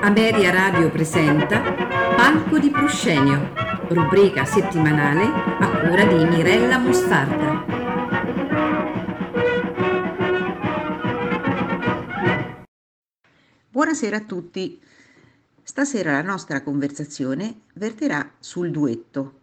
Ameria Radio presenta Palco di Proscenio, rubrica settimanale a cura di Mirella Mostarda. Buonasera a tutti. Stasera la nostra conversazione verterà sul duetto.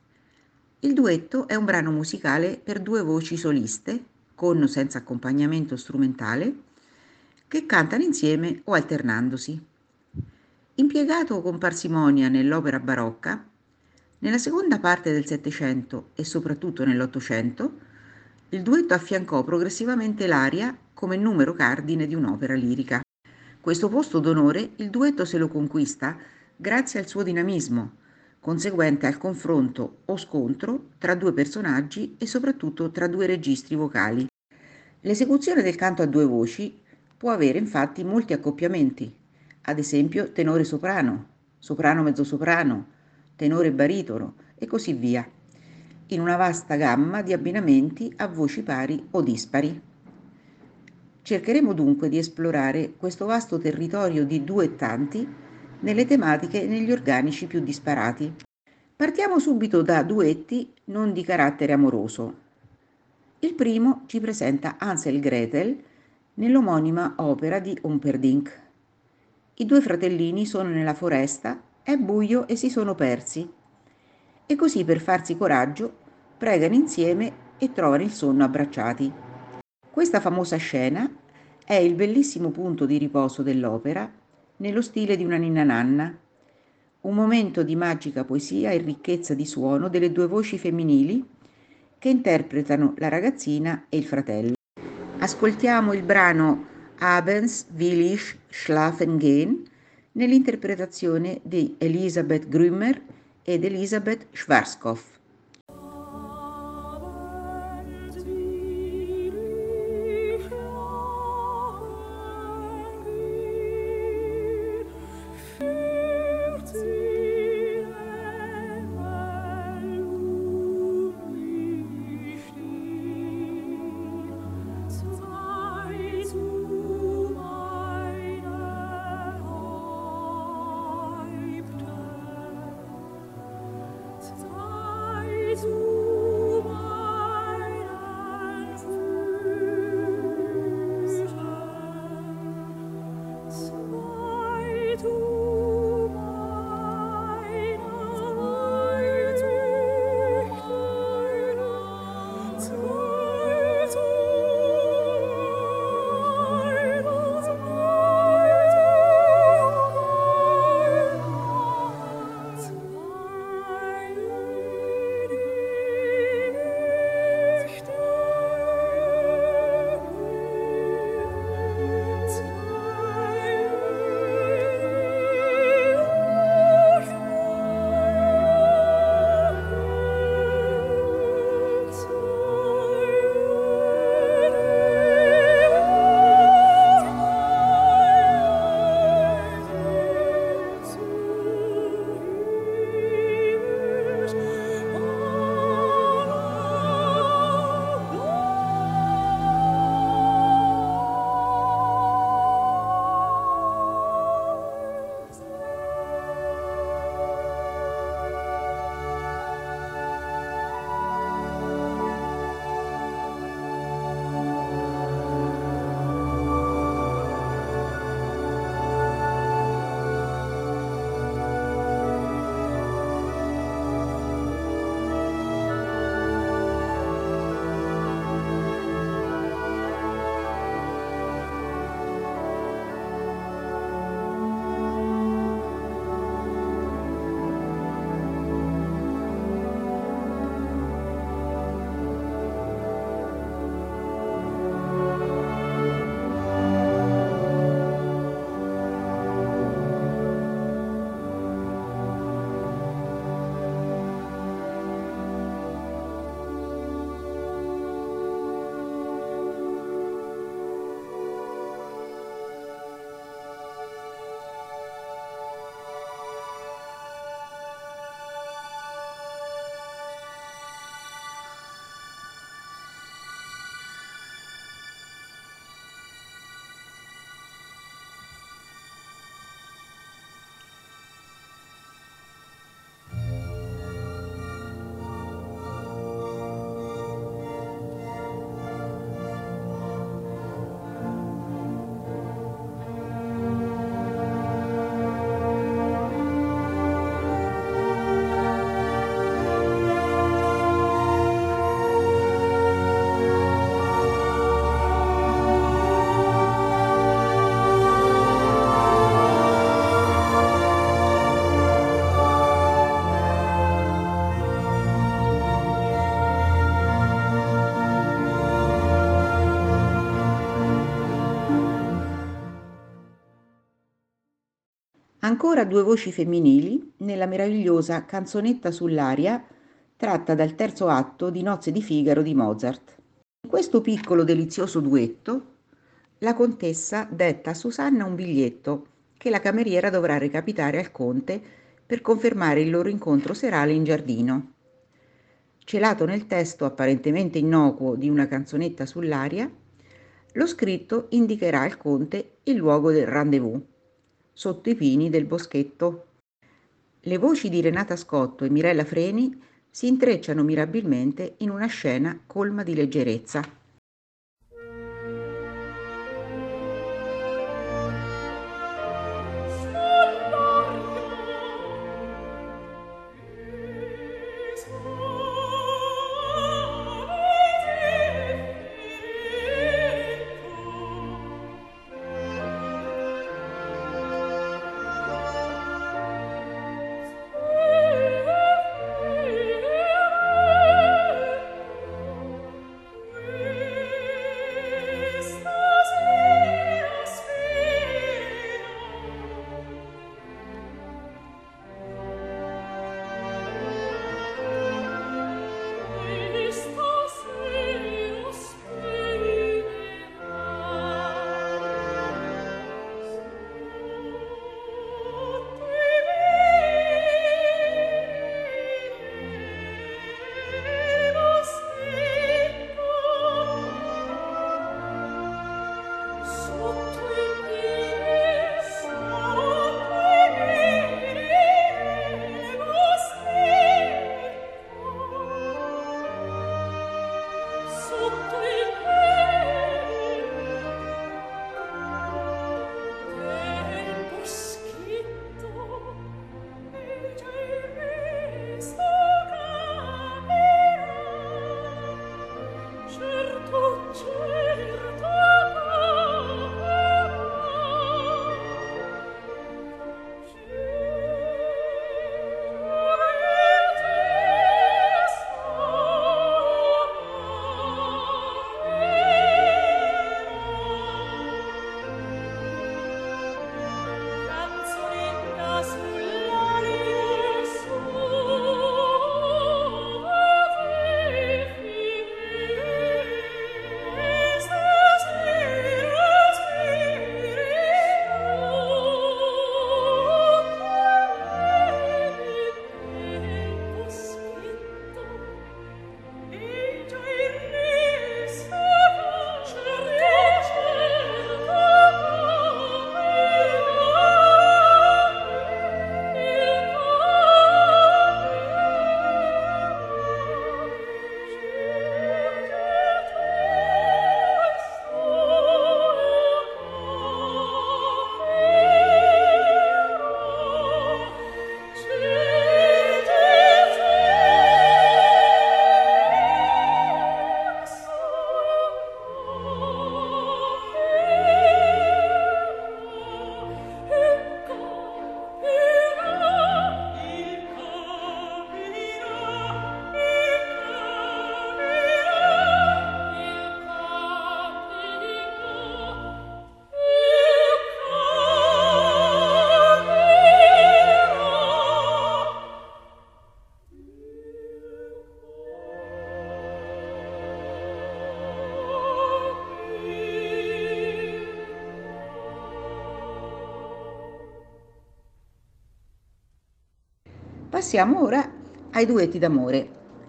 Il duetto è un brano musicale per due voci soliste, con o senza accompagnamento strumentale, che cantano insieme o alternandosi. Impiegato con parsimonia nell'opera barocca, nella seconda parte del Settecento e soprattutto nell'Ottocento, il duetto affiancò progressivamente l'aria come numero cardine di un'opera lirica. Questo posto d'onore il duetto se lo conquista grazie al suo dinamismo, conseguente al confronto o scontro tra due personaggi e soprattutto tra due registri vocali. L'esecuzione del canto a due voci può avere infatti molti accoppiamenti, ad esempio tenore-soprano, soprano-mezzosoprano, tenore-baritono e così via, in una vasta gamma di abbinamenti a voci pari o dispari. Cercheremo dunque di esplorare questo vasto territorio di duettanti nelle tematiche e negli organici più disparati. Partiamo subito da duetti non di carattere amoroso. Il primo ci presenta Hansel e Gretel nell'omonima opera di Humperdinck. I due fratellini sono nella foresta, è buio e si sono persi. E così per farsi coraggio pregano insieme e trovano il sonno abbracciati. Questa famosa scena è il bellissimo punto di riposo dell'opera nello stile di una ninna nanna, un momento di magica poesia e ricchezza di suono delle due voci femminili che interpretano la ragazzina e il fratello. Ascoltiamo il brano Abends will ich schlafen gehen nell'interpretazione di Elisabeth Grümmer ed Elisabeth Schwarzkopf. Bye. Ancora due voci femminili nella meravigliosa Canzonetta sull'aria tratta dal terzo atto di Nozze di Figaro di Mozart. In questo piccolo delizioso duetto la contessa detta a Susanna un biglietto che la cameriera dovrà recapitare al conte per confermare il loro incontro serale in giardino. Celato nel testo apparentemente innocuo di una canzonetta sull'aria, lo scritto indicherà al conte il luogo del rendezvous, sotto i pini del boschetto. Le voci di Renata Scotto e Mirella Freni si intrecciano mirabilmente in una scena colma di leggerezza. Passiamo ora ai duetti d'amore.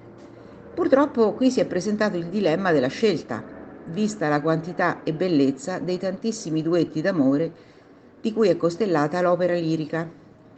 Purtroppo qui si è presentato il dilemma della scelta, vista la quantità e bellezza dei tantissimi duetti d'amore di cui è costellata l'opera lirica.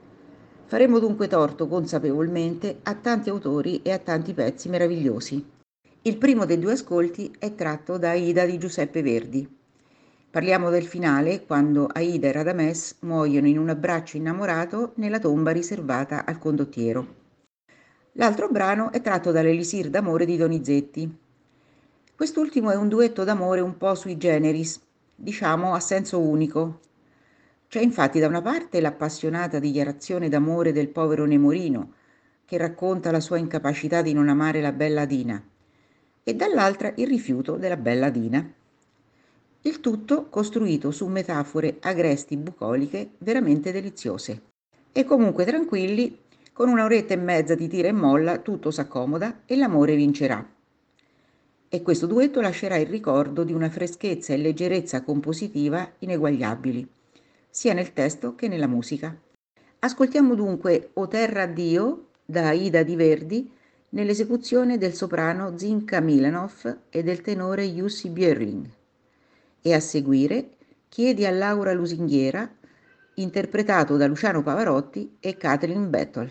Faremo dunque torto consapevolmente a tanti autori e a tanti pezzi meravigliosi. Il primo dei due ascolti è tratto da Aida di Giuseppe Verdi. Parliamo del finale, quando Aida e Radames muoiono in un abbraccio innamorato nella tomba riservata al condottiero. L'altro brano è tratto dall'Elisir d'amore di Donizetti. Quest'ultimo è un duetto d'amore un po' sui generis, diciamo a senso unico. C'è infatti da una parte l'appassionata dichiarazione d'amore del povero Nemorino, che racconta la sua incapacità di non amare la bella Dina, e dall'altra il rifiuto della bella Dina. Il tutto costruito su metafore agresti bucoliche veramente deliziose. E comunque tranquilli, con una oretta e mezza di tira e molla tutto s'accomoda e l'amore vincerà. E questo duetto lascerà il ricordo di una freschezza e leggerezza compositiva ineguagliabili, sia nel testo che nella musica. Ascoltiamo dunque O terra Dio da Ida di Verdi nell'esecuzione del soprano Zinka Milanov e del tenore Jussi Björling. E a seguire Chiedi a Laura Lusinghiera, interpretato da Luciano Pavarotti e Kathleen Battle.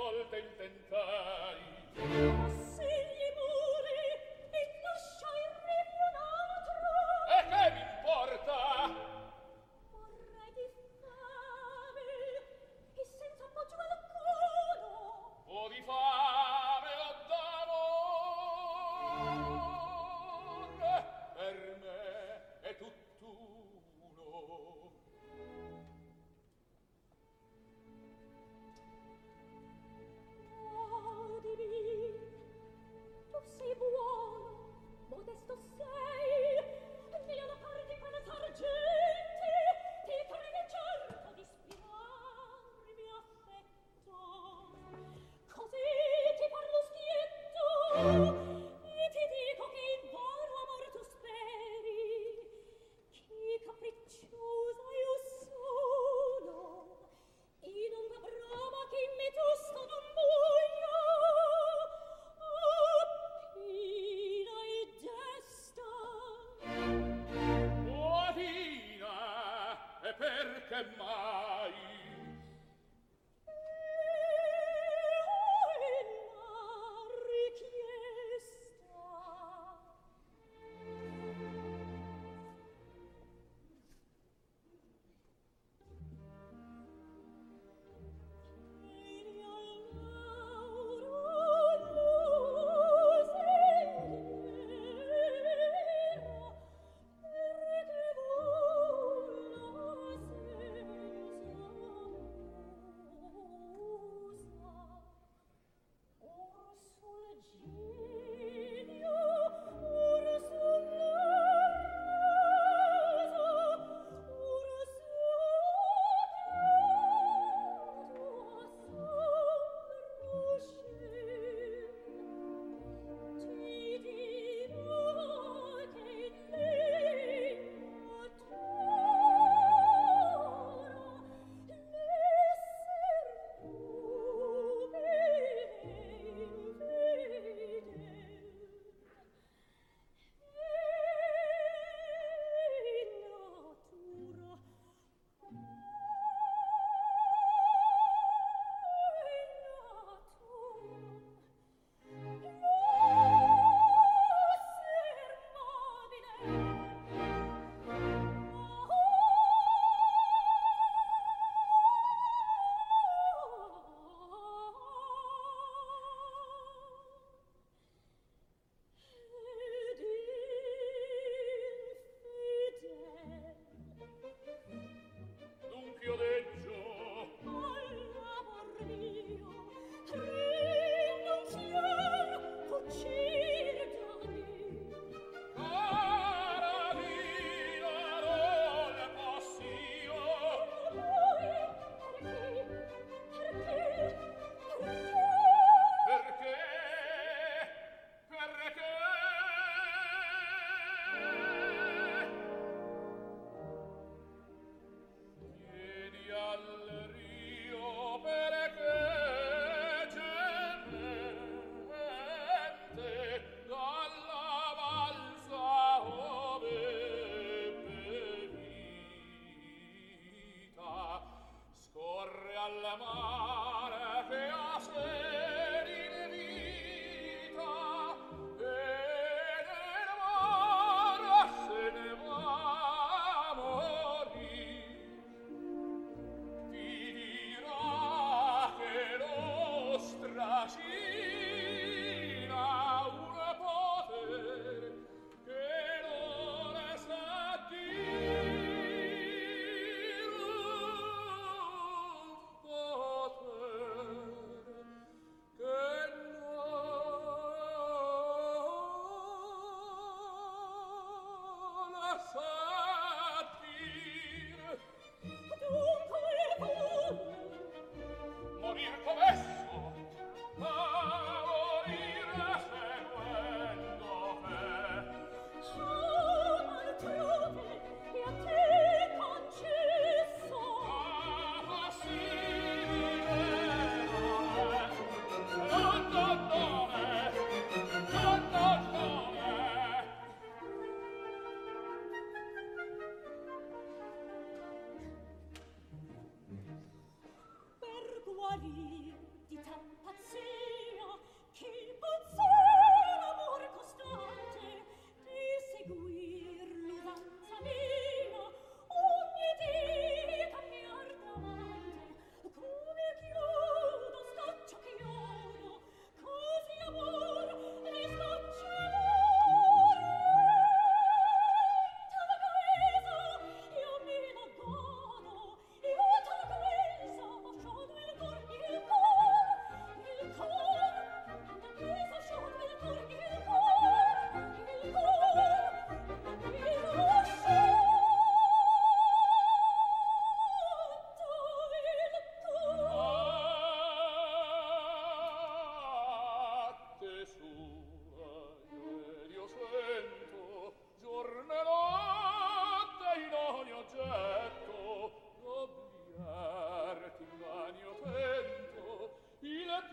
volte intentai. Passi i muri e lasciai il altro. E che m'importa? Vorrei di fame e senza appoggio alcuno. O di fame o d'amore, per me è tutt'uno. Tu sei buono, modesto sei, via la parte con le sargenti, ti crede certo di ispirarmi affetto. Così ti parlo schietto e ti dico che in vano amor tu speri, che capricciosa io sono, e non da brava che in me giusto non voglio. Appina e gesta. Poetina, e perché mai? Ella richiede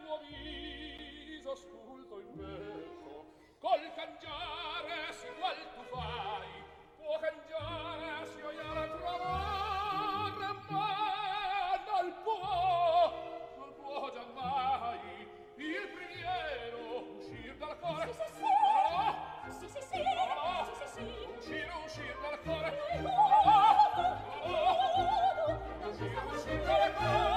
tuo viso sculto in petto, col cangiare si qual tu fai, può cangiare si oiare trovare, ma non può giammai il primiero uscir dal cuore. Sì, sì, sì, Uscir dal cuore. Uscir dal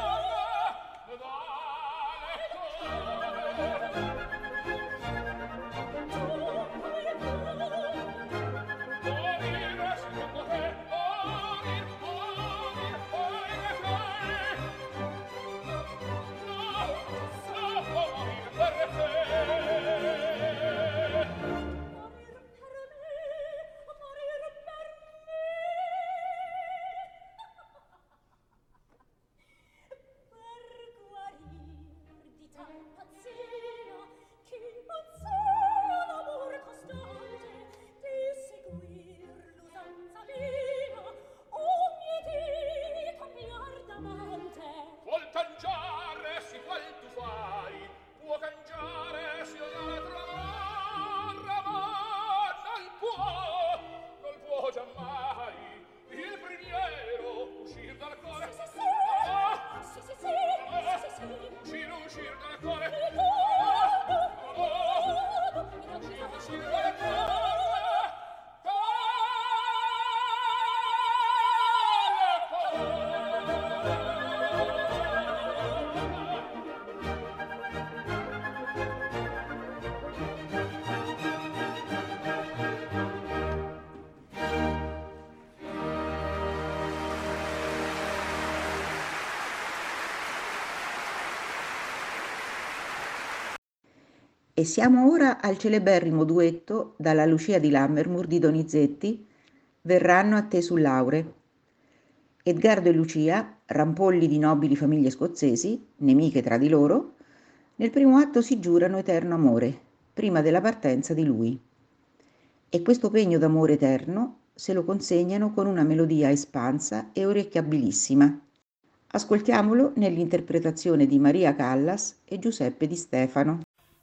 E siamo ora al celeberrimo duetto dalla Lucia di Lammermoor di Donizetti, Verranno a te sul laure. Edgardo e Lucia, rampolli di nobili famiglie scozzesi, nemiche tra di loro, nel primo atto si giurano eterno amore, prima della partenza di lui. E questo pegno d'amore eterno se lo consegnano con una melodia espansa e orecchiabilissima. Ascoltiamolo nell'interpretazione di Maria Callas e Giuseppe Di Stefano.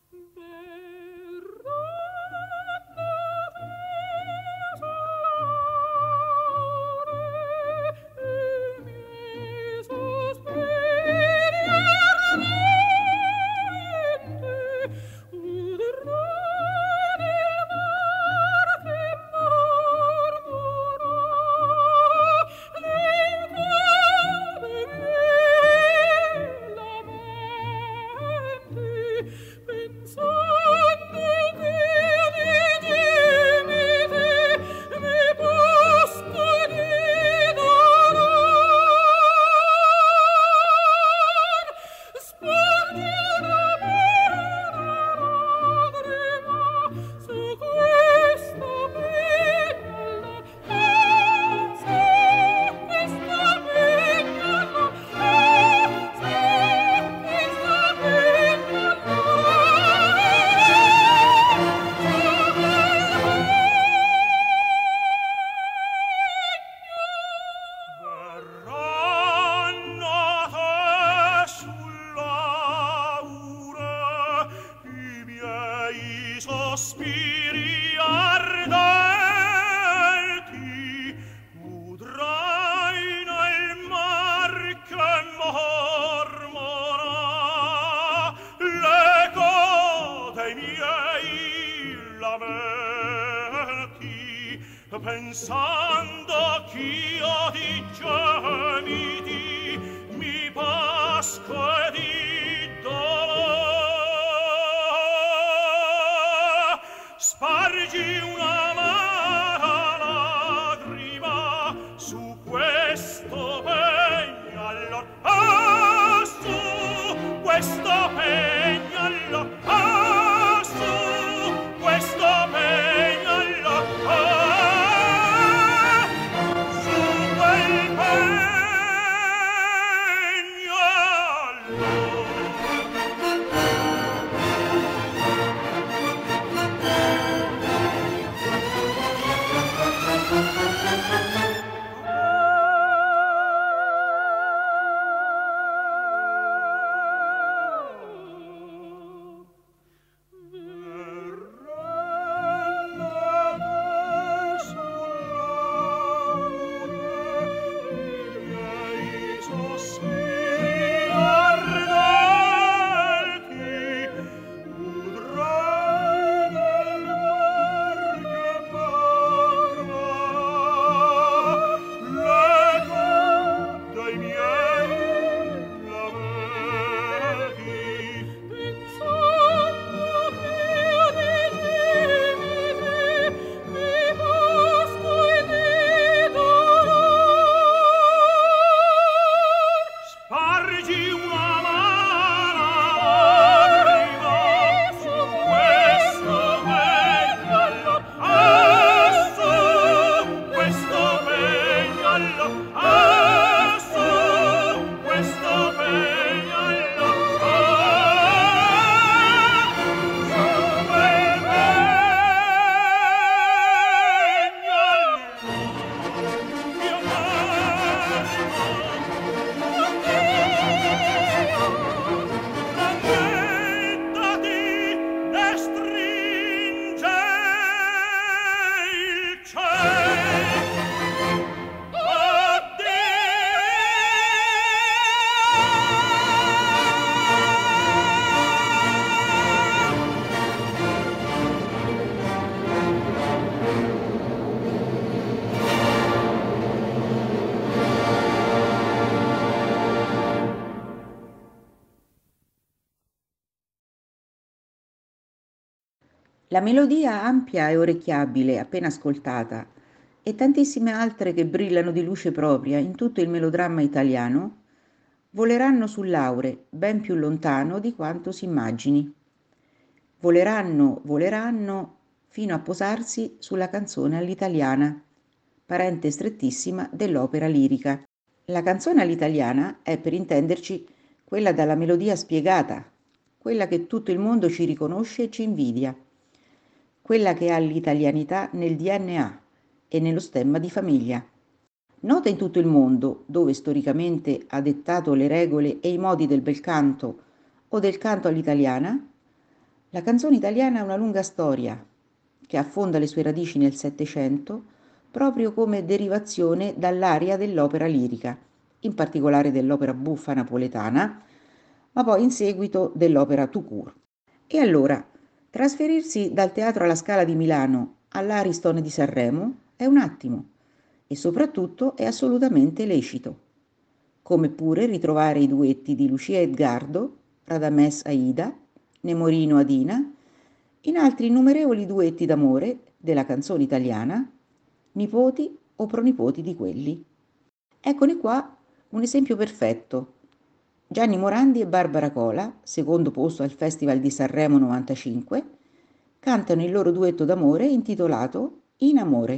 sospiri ardenti udrai nel mar che mormora l'eco dei miei lamenti pensando ch'io di gemiti mi pasco e di dolore spargi una lagrima su questo pegnalo, su questo pegnalo, su questo pegnalo, su quel pegnalo. La melodia ampia e orecchiabile, appena ascoltata, e tantissime altre che brillano di luce propria in tutto il melodramma italiano, voleranno sull'aure ben più lontano di quanto si immagini. Voleranno fino a posarsi sulla canzone all'italiana, parente strettissima dell'opera lirica. La canzone all'italiana è, per intenderci, quella dalla melodia spiegata, quella che tutto il mondo ci riconosce e ci invidia, quella che ha l'italianità nel DNA e nello stemma di famiglia. Nota in tutto il mondo, dove storicamente ha dettato le regole e i modi del bel canto o del canto all'italiana, la canzone italiana ha una lunga storia che affonda le sue radici nel Settecento proprio come derivazione dall'aria dell'opera lirica, in particolare dell'opera buffa napoletana, ma poi in seguito dell'opera tout court. E allora, trasferirsi dal Teatro alla Scala di Milano all'Ariston di Sanremo è un attimo e soprattutto è assolutamente lecito, come pure ritrovare i duetti di Lucia Edgardo, Radames Aida, Nemorino Adina, in altri innumerevoli duetti d'amore della canzone italiana, nipoti o pronipoti di quelli. Eccone qua un esempio perfetto. Gianni Morandi e Barbara Cola, secondo posto al Festival di Sanremo 95, cantano il loro duetto d'amore intitolato In amore.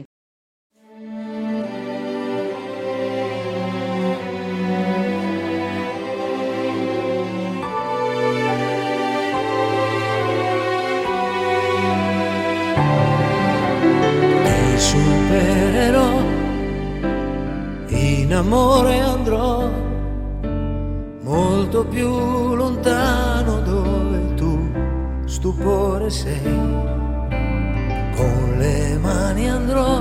Ti supererò, in amore andrò molto più lontano dove tu stupore sei. Con le mani andrò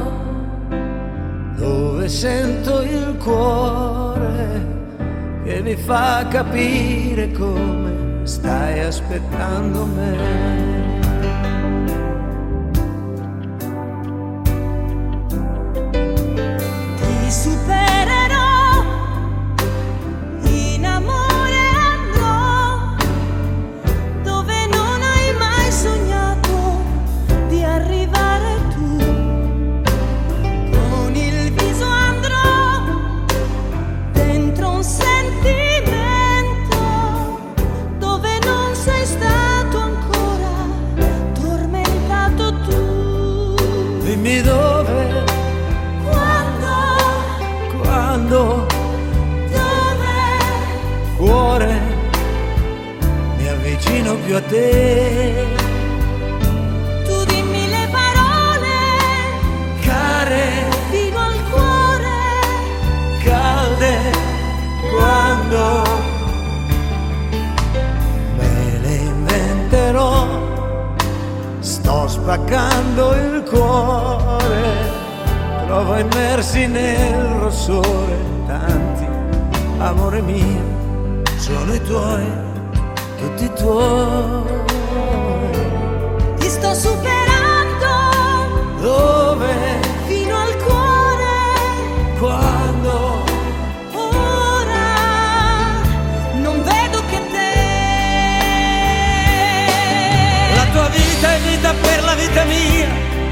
dove sento il cuore che mi fa capire come stai aspettando me. Ti supererò, in amore andrò dove non hai mai sognato di arrivare tu. Con il viso andrò dentro un sentimento dove non sei stato ancora tormentato tu. Dimmi dove, quando, dove, cuore, mi avvicino più a te. tu dimmi le parole Care, fino al cuore. calde, quando me le inventerò. Sto spaccando il cuore, trovo immersi nel rossore tanti, amore mio, sono i tuoi, tutti tuoi. Ti sto superando Dove, fino al cuore. quando, Ora non vedo che te. la tua vita è vita per la vita mia,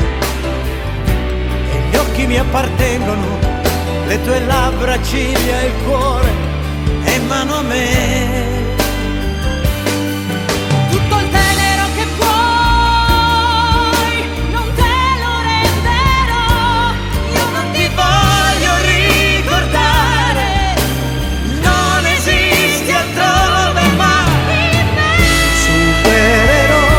e gli occhi mi appartengono, le tue labbra, ciglia e il cuore è in mano a me. Tutto il tenero che puoi non te lo renderò. Io non ti Voglio ricordare, non esiste altrove mai. Supererò,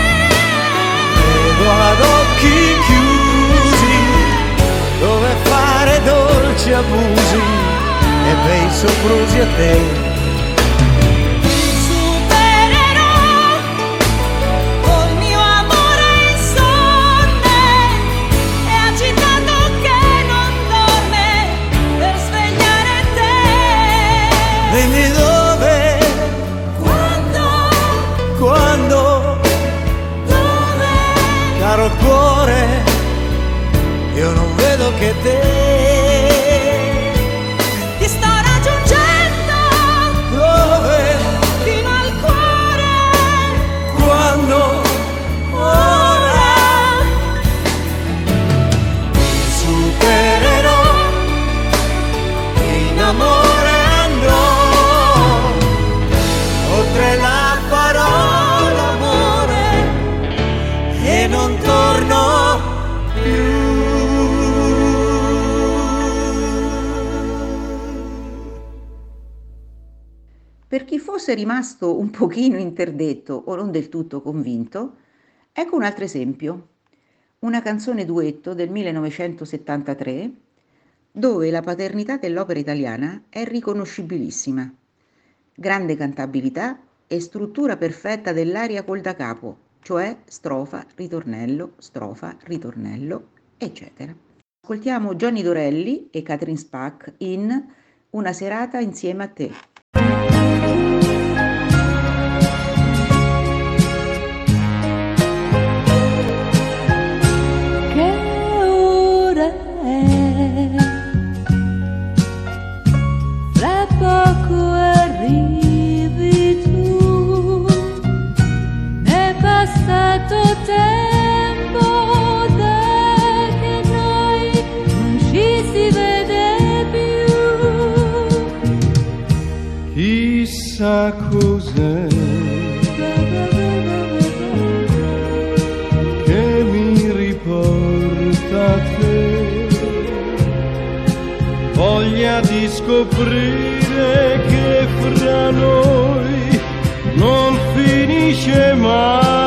vedo ad occhi chiusi dove fare dolci abusi e bei soprusi a te. supererò col mio amore insonne e agitato che non dorme per svegliare te. Dimmi dove, quando, Dove, caro cuore, io non vedo che te. ti sto raggiungendo Dove, fino al cuore. quando, ora fosse rimasto un pochino interdetto o non del tutto convinto, ecco un altro esempio. Una canzone duetto del 1973 dove la paternità dell'opera italiana è riconoscibilissima. Grande cantabilità e struttura perfetta dell'aria col da capo, cioè strofa, ritornello, eccetera. Ascoltiamo Johnny Dorelli e Catherine Spack in Una serata insieme a te. Che ora è? Fra poco arrivi tu, è passato tempo da che noi non ci si vede più. Chissà cos'è che mi riporta a te, voglia di scoprire che fra noi non finisce mai.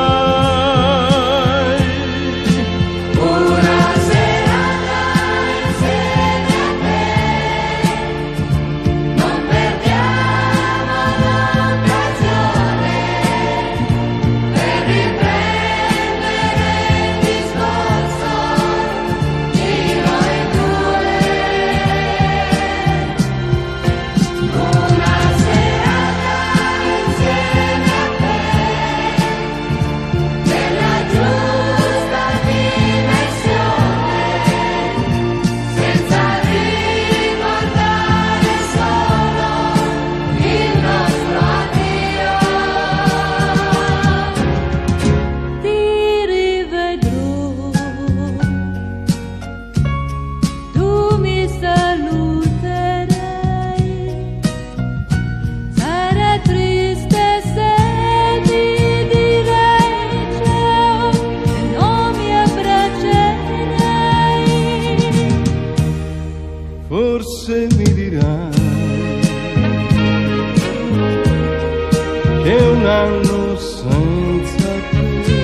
Una serata insieme a te, non perdiamo l'occasione per riprendere il discorso di noi due. Una serata insieme a te, nella giusta dimensione, senza ricordare solo il nostro addio. Ti rivedrò, tu mi saluterai, sarà triste se ti direi ciao e non mi abbraccerai. Forse mi dirai che un anno senza te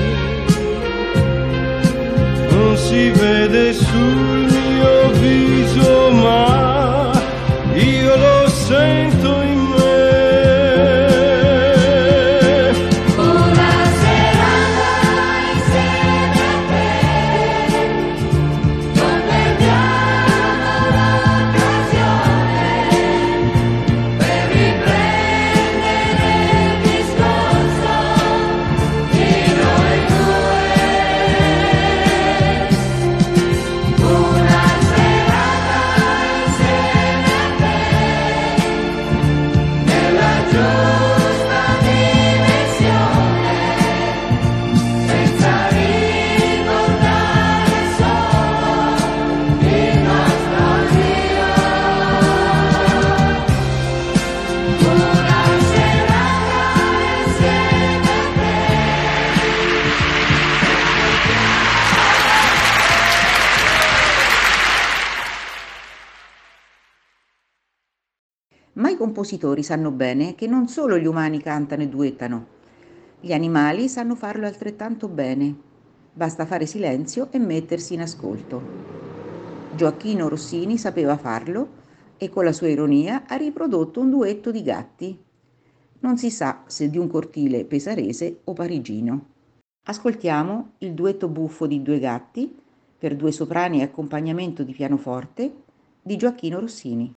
non si vede sul mio viso, ma io lo sento in me. Una serata insieme a te, non perdiamo l'occasione per riprendere il discorso di noi due. Una serata insieme a te, nella giusta dimensione, senza ricordare solo il nostro addio. Una serata insieme a te. Ma i compositori sanno bene che non solo gli umani cantano e duettano, gli animali sanno farlo altrettanto bene. Basta fare silenzio e mettersi in ascolto. Gioacchino Rossini sapeva farlo e con la sua ironia ha riprodotto un duetto di gatti. Non si sa se di un cortile pesarese o parigino. Ascoltiamo il duetto buffo di due gatti per due soprani e accompagnamento di pianoforte di Gioacchino Rossini.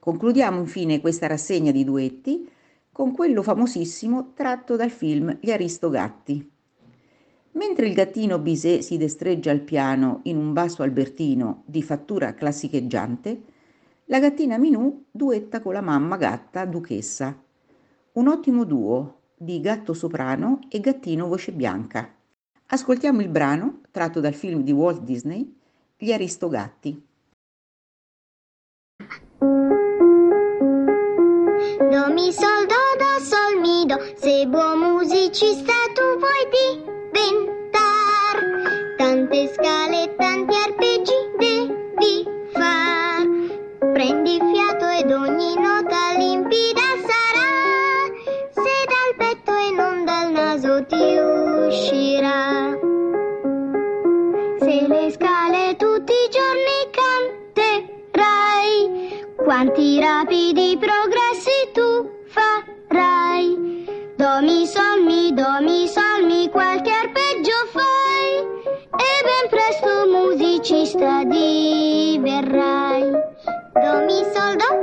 Concludiamo infine questa rassegna di duetti con quello famosissimo tratto dal film Gli Aristogatti. Mentre il gattino Bizet si destreggia al piano in un basso albertino di fattura classicheggiante, la gattina Minù duetta con la mamma gatta Duchessa. Un ottimo duo di gatto soprano e gattino voce bianca. Ascoltiamo il brano tratto dal film di Walt Disney, Gli Aristogatti. Do mi sol mi do, se buon musicista tu vuoi diventar, tante scale e tanti arpeggi devi far. Prendi fiato ed ogni nota limpida sarà, se dal petto e non dal naso ti uscirà. Se le scale tutti i giorni canterai, quanti rapidi progressi tu farai. Do mi sol mi, qualche arpeggio fai, e ben presto musicista diverrai. Do mi sol do.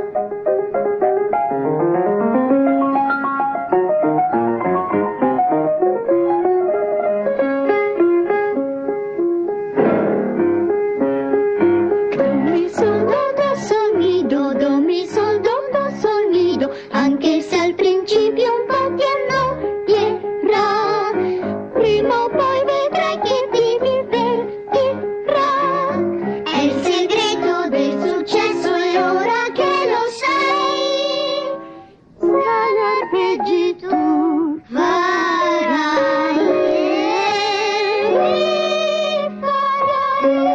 Anche se al principio un po' ti annoierà, prima o poi vedrai che ti divertirà. È il segreto del successo e ora che lo sai, quali arpeggi tu farai e farai.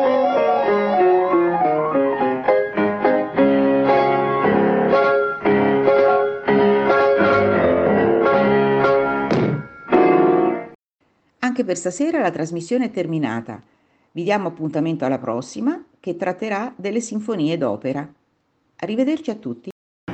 Anche per stasera la trasmissione è terminata. Vi diamo appuntamento alla prossima, che tratterà delle sinfonie d'opera. Arrivederci a tutti.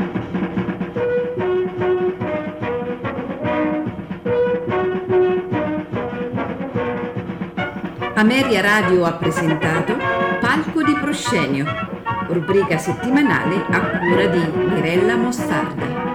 Ameria Radio ha presentato Palco di Proscenio, rubrica settimanale a cura di Mirella Mostarda.